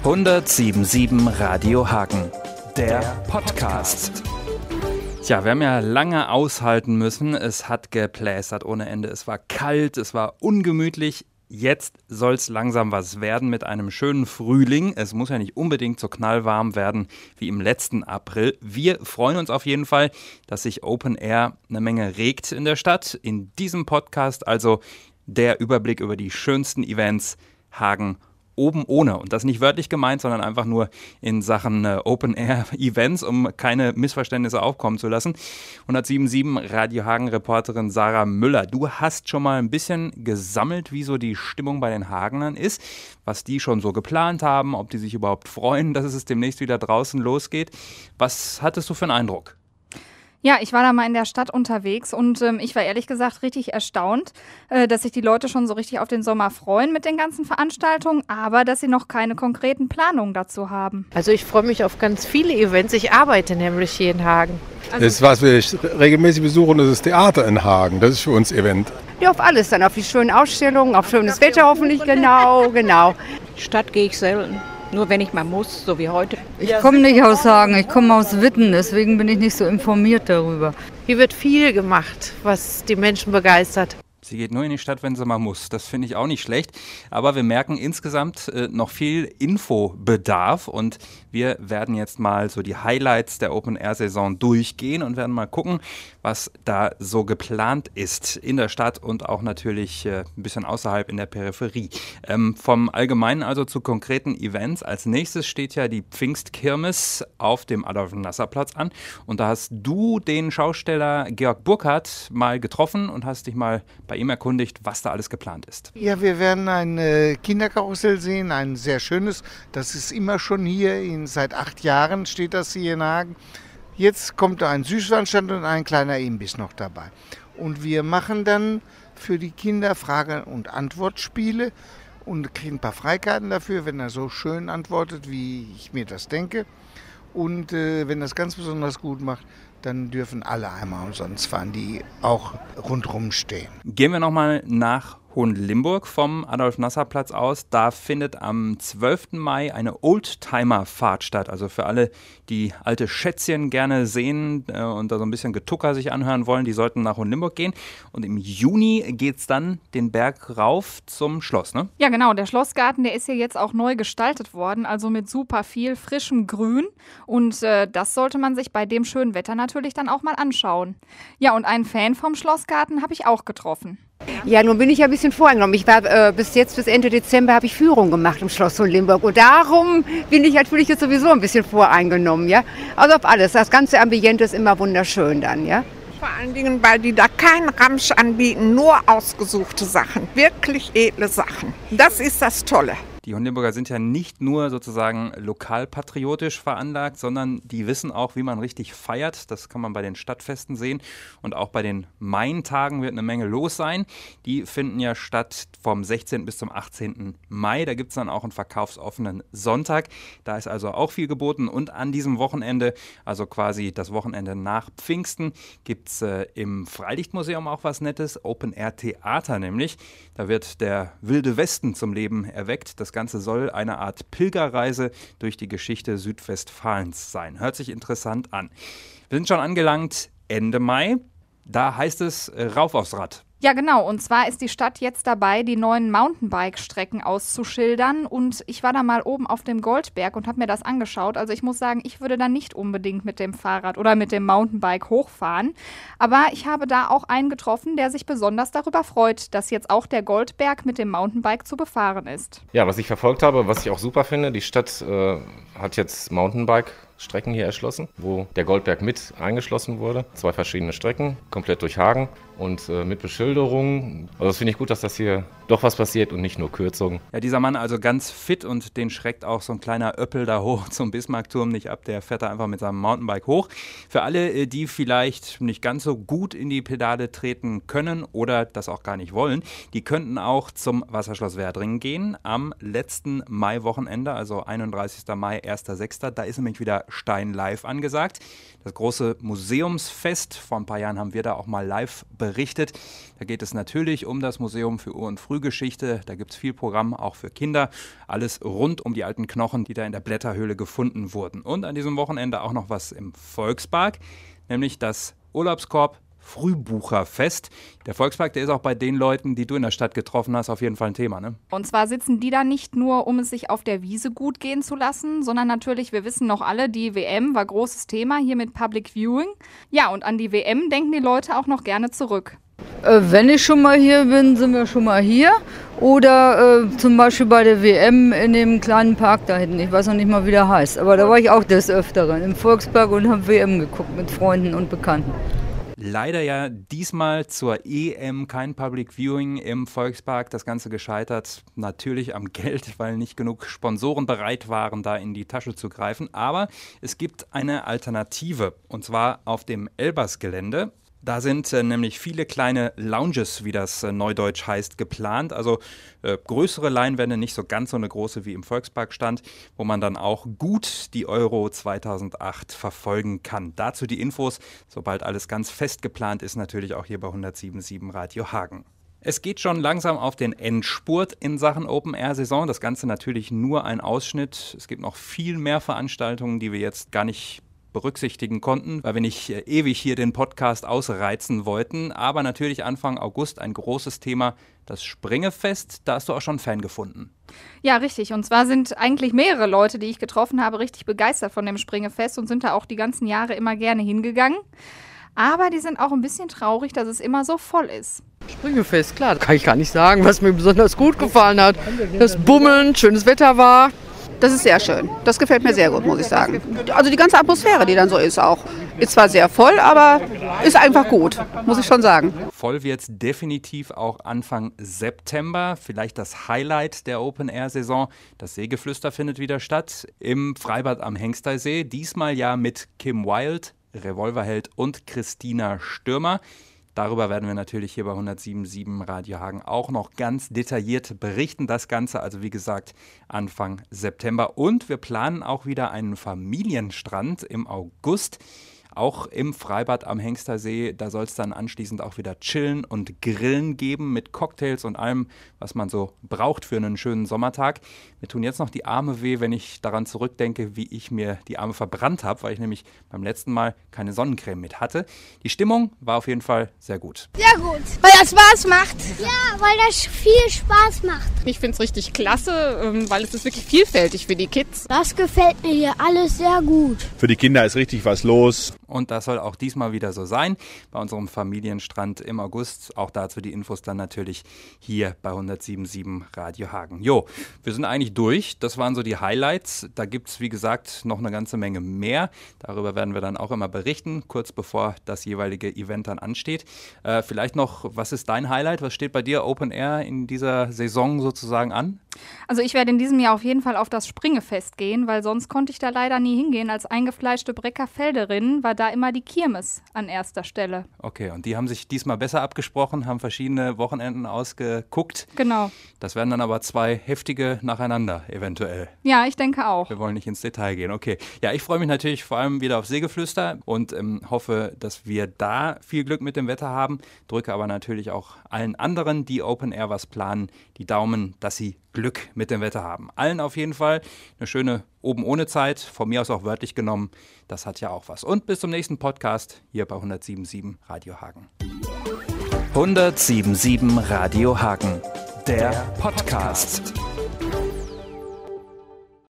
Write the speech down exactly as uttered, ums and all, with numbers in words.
hundertsieben Komma sieben Radio Hagen, der Podcast. Tja, wir haben ja lange aushalten müssen. Es hat geplästert ohne Ende. Es war kalt, es war ungemütlich. Jetzt soll es langsam was werden mit einem schönen Frühling. Es muss ja nicht unbedingt so knallwarm werden wie im letzten April. Wir freuen uns auf jeden Fall, dass sich Open Air eine Menge regt in der Stadt. In diesem Podcast also der Überblick über die schönsten Events Hagen oben ohne. Und das nicht wörtlich gemeint, sondern einfach nur in Sachen äh, Open-Air-Events, um keine Missverständnisse aufkommen zu lassen. hundertsieben Komma sieben Radio Hagen-Reporterin Sarah Müller, du hast schon mal ein bisschen gesammelt, wie so die Stimmung bei den Hagenern ist, was die schon so geplant haben, ob die sich überhaupt freuen, dass es demnächst wieder draußen losgeht. Was hattest du für einen Eindruck? Ja, ich war da mal in der Stadt unterwegs und ähm, ich war ehrlich gesagt richtig erstaunt, äh, dass sich die Leute schon so richtig auf den Sommer freuen mit den ganzen Veranstaltungen, aber dass sie noch keine konkreten Planungen dazu haben. Also ich freue mich auf ganz viele Events. Ich arbeite nämlich hier in Hagen. Also das, was wir regelmäßig besuchen, das ist das Theater in Hagen. Das ist für uns Event. Ja, auf alles dann, auf die schönen Ausstellungen, auf schönes Wetter hoffentlich, genau, genau. Stadt gehe ich selten. Nur wenn ich mal muss, so wie heute. Ich komme nicht aus Hagen, ich komme aus Witten, deswegen bin ich nicht so informiert darüber. Hier wird viel gemacht, was die Menschen begeistert. Sie geht nur in die Stadt, wenn sie mal muss. Das finde ich auch nicht schlecht. Aber wir merken insgesamt äh, noch viel Infobedarf. Und wir werden jetzt mal so die Highlights der Open-Air-Saison durchgehen und werden mal gucken, was da so geplant ist in der Stadt und auch natürlich äh, ein bisschen außerhalb in der Peripherie. Ähm, vom Allgemeinen also zu konkreten Events. Als nächstes steht ja die Pfingstkirmes auf dem Adolf-Nasser-Platz an. Und da hast du den Schausteller Georg Burkhardt mal getroffen und hast dich mal bei ihm erkundigt, was da alles geplant ist. Ja, wir werden ein äh, Kinderkarussell sehen, ein sehr schönes. Das ist immer schon hier, in, seit acht Jahren steht das hier in Hagen. Jetzt kommt da ein Süßwarenstand und ein kleiner Imbiss noch dabei. Und wir machen dann für die Kinder Frage- und Antwortspiele und kriegen ein paar Freikarten dafür, wenn er so schön antwortet, wie ich mir das denke. Und äh, wenn das ganz besonders gut macht, dann dürfen alle einmal umsonst fahren, die auch rundherum stehen. Gehen wir nochmal nach Hohenlimburg vom Adolf-Nasser-Platz aus. Da findet am zwölften Mai eine Oldtimer-Fahrt statt. Also für alle, die alte Schätzchen gerne sehen äh, und da so ein bisschen Getucker sich anhören wollen, die sollten nach Hohenlimburg gehen. Und im Juni geht es dann den Berg rauf zum Schloss, ne? Ja, genau. Der Schlossgarten, der ist ja jetzt auch neu gestaltet worden, also mit super viel frischem Grün. Und äh, das sollte man sich bei dem schönen Wetter natürlich dann auch mal anschauen. Ja, und einen Fan vom Schlossgarten habe ich auch getroffen. Ja, nun bin ich ja ein bisschen voreingenommen. Ich war äh, bis jetzt, bis Ende Dezember, habe ich Führung gemacht im Schloss Hohenlimburg. Und darum bin ich natürlich jetzt sowieso ein bisschen voreingenommen, ja. Also auf alles. Das ganze Ambiente ist immer wunderschön dann, ja. Vor allen Dingen, weil die da keinen Ramsch anbieten, nur ausgesuchte Sachen. Wirklich edle Sachen. Das ist das Tolle. Die Hohenlimburger sind ja nicht nur sozusagen lokalpatriotisch veranlagt, sondern die wissen auch, wie man richtig feiert. Das kann man bei den Stadtfesten sehen. Und auch bei den Maintagen wird eine Menge los sein. Die finden ja statt vom sechzehnten bis zum achtzehnten Mai. Da gibt es dann auch einen verkaufsoffenen Sonntag. Da ist also auch viel geboten. Und an diesem Wochenende, also quasi das Wochenende nach Pfingsten, gibt es äh, im Freilichtmuseum auch was Nettes. Open-Air-Theater nämlich. Da wird der Wilde Westen zum Leben erweckt. Das Ganze soll eine Art Pilgerreise durch die Geschichte Südwestfalens sein. Hört sich interessant an. Wir sind schon angelangt Ende Mai. Da heißt es äh, rauf aufs Rad. Ja, genau. Und zwar ist die Stadt jetzt dabei, die neuen Mountainbike-Strecken auszuschildern. Und ich war da mal oben auf dem Goldberg und habe mir das angeschaut. Also ich muss sagen, ich würde da nicht unbedingt mit dem Fahrrad oder mit dem Mountainbike hochfahren. Aber ich habe da auch einen getroffen, der sich besonders darüber freut, dass jetzt auch der Goldberg mit dem Mountainbike zu befahren ist. Ja, was ich verfolgt habe, was ich auch super finde, die Stadt äh, hat jetzt Mountainbike Strecken hier erschlossen, wo der Goldberg mit eingeschlossen wurde. Zwei verschiedene Strecken, komplett durch Hagen und äh, mit Beschilderung. Also das finde ich gut, dass das hier doch was passiert und nicht nur Kürzungen. Ja, dieser Mann also ganz fit und den schreckt auch so ein kleiner Öppel da hoch zum Bismarckturm nicht ab. Der fährt da einfach mit seinem Mountainbike hoch. Für alle, die vielleicht nicht ganz so gut in die Pedale treten können oder das auch gar nicht wollen, die könnten auch zum Wasserschloss Werdringen gehen am letzten Mai-Wochenende, also einunddreißigsten Mai, erster sechster Da ist nämlich wieder Stein live angesagt. Das große Museumsfest, vor ein paar Jahren haben wir da auch mal live berichtet. Da geht es natürlich um das Museum für Ur- und Früh Frühgeschichte, da gibt es viel Programm, auch für Kinder. Alles rund um die alten Knochen, die da in der Blätterhöhle gefunden wurden. Und an diesem Wochenende auch noch was im Volkspark, nämlich das Urlaubskorb Frühbucherfest. Der Volkspark, der ist auch bei den Leuten, die du in der Stadt getroffen hast, auf jeden Fall ein Thema, ne? Und zwar sitzen die da nicht nur, um es sich auf der Wiese gut gehen zu lassen, sondern natürlich, wir wissen noch alle, die W M war großes Thema hier mit Public Viewing. Ja, und an die W M denken die Leute auch noch gerne zurück. Äh, wenn ich schon mal hier bin, sind wir schon mal hier. Oder äh, zum Beispiel bei der W M in dem kleinen Park da hinten. Ich weiß noch nicht mal, wie der heißt. Aber da war ich auch des Öfteren im Volkspark und habe W M geguckt mit Freunden und Bekannten. Leider ja diesmal zur E M kein Public Viewing im Volkspark. Das Ganze gescheitert natürlich am Geld, weil nicht genug Sponsoren bereit waren, da in die Tasche zu greifen. Aber es gibt eine Alternative, und zwar auf dem Elbers-Gelände. Da sind äh, nämlich viele kleine Lounges, wie das äh, neudeutsch heißt, geplant. Also äh, größere Leinwände, nicht so ganz so eine große wie im Volkspark stand, wo man dann auch gut die Euro zweitausendacht verfolgen kann. Dazu die Infos, sobald alles ganz fest geplant ist, natürlich auch hier bei hundertsieben Komma sieben Radio Hagen. Es geht schon langsam auf den Endspurt in Sachen Open-Air-Saison. Das Ganze natürlich nur ein Ausschnitt. Es gibt noch viel mehr Veranstaltungen, die wir jetzt gar nicht berücksichtigen konnten, weil wir nicht äh, ewig hier den Podcast ausreizen wollten. Aber natürlich Anfang August ein großes Thema, das Springefest. Da hast du auch schon einen Fan gefunden. Ja, richtig. Und zwar sind eigentlich mehrere Leute, die ich getroffen habe, richtig begeistert von dem Springefest und sind da auch die ganzen Jahre immer gerne hingegangen. Aber die sind auch ein bisschen traurig, dass es immer so voll ist. Springefest, klar, kann ich gar nicht sagen, was mir besonders gut gefallen hat. Das Bummeln, schönes Wetter war. Das ist sehr schön. Das gefällt mir sehr gut, muss ich sagen. Also die ganze Atmosphäre, die dann so ist auch. Ist zwar sehr voll, aber ist einfach gut, muss ich schon sagen. Voll wird es definitiv auch Anfang September. Vielleicht das Highlight der Open-Air-Saison. Das Seegeflüster findet wieder statt im Freibad am Hengsteysee. Diesmal ja mit Kim Wilde, Revolverheld und Christina Stürmer. Darüber werden wir natürlich hier bei hundertsieben Komma sieben Radio Hagen auch noch ganz detailliert berichten. Das Ganze also wie gesagt Anfang September. Und wir planen auch wieder einen Familienstrand im August. Auch im Freibad am Hengsteysee, da soll es dann anschließend auch wieder Chillen und Grillen geben mit Cocktails und allem, was man so braucht für einen schönen Sommertag. Mir tun jetzt noch die Arme weh, wenn ich daran zurückdenke, wie ich mir die Arme verbrannt habe, weil ich nämlich beim letzten Mal keine Sonnencreme mit hatte. Die Stimmung war auf jeden Fall sehr gut. Sehr gut, weil das Spaß macht. Ja, weil das viel Spaß macht. Ich finde es richtig klasse, weil es ist wirklich vielfältig für die Kids. Das gefällt mir hier alles sehr gut. Für die Kinder ist richtig was los. Und das soll auch diesmal wieder so sein, bei unserem Familienstrand im August. Auch dazu die Infos dann natürlich hier bei hundertsieben Komma sieben Radio Hagen. Jo, wir sind eigentlich durch. Das waren so die Highlights. Da gibt es, wie gesagt, noch eine ganze Menge mehr. Darüber werden wir dann auch immer berichten, kurz bevor das jeweilige Event dann ansteht. Äh, vielleicht noch, was ist dein Highlight? Was steht bei dir Open Air in dieser Saison sozusagen an? Also ich werde in diesem Jahr auf jeden Fall auf das Springefest gehen, weil sonst konnte ich da leider nie hingehen. Als eingefleischte Breckerfelderin war da immer die Kirmes an erster Stelle. Okay, und die haben sich diesmal besser abgesprochen, haben verschiedene Wochenenden ausgeguckt. Genau. Das werden dann aber zwei heftige nacheinander eventuell. Ja, ich denke auch. Wir wollen nicht ins Detail gehen, okay. Ja, ich freue mich natürlich vor allem wieder auf Seegeflüster und ähm, hoffe, dass wir da viel Glück mit dem Wetter haben. Drücke aber natürlich auch allen anderen, die Open Air was planen, die Daumen, dass sie Glück mit dem Wetter haben. Allen auf jeden Fall eine schöne oben ohne Zeit, von mir aus auch wörtlich genommen. Das hat ja auch was. Und bis zum nächsten Podcast hier bei hundertsieben Komma sieben Radio Hagen. hundertsieben Komma sieben Radio Hagen, der Podcast.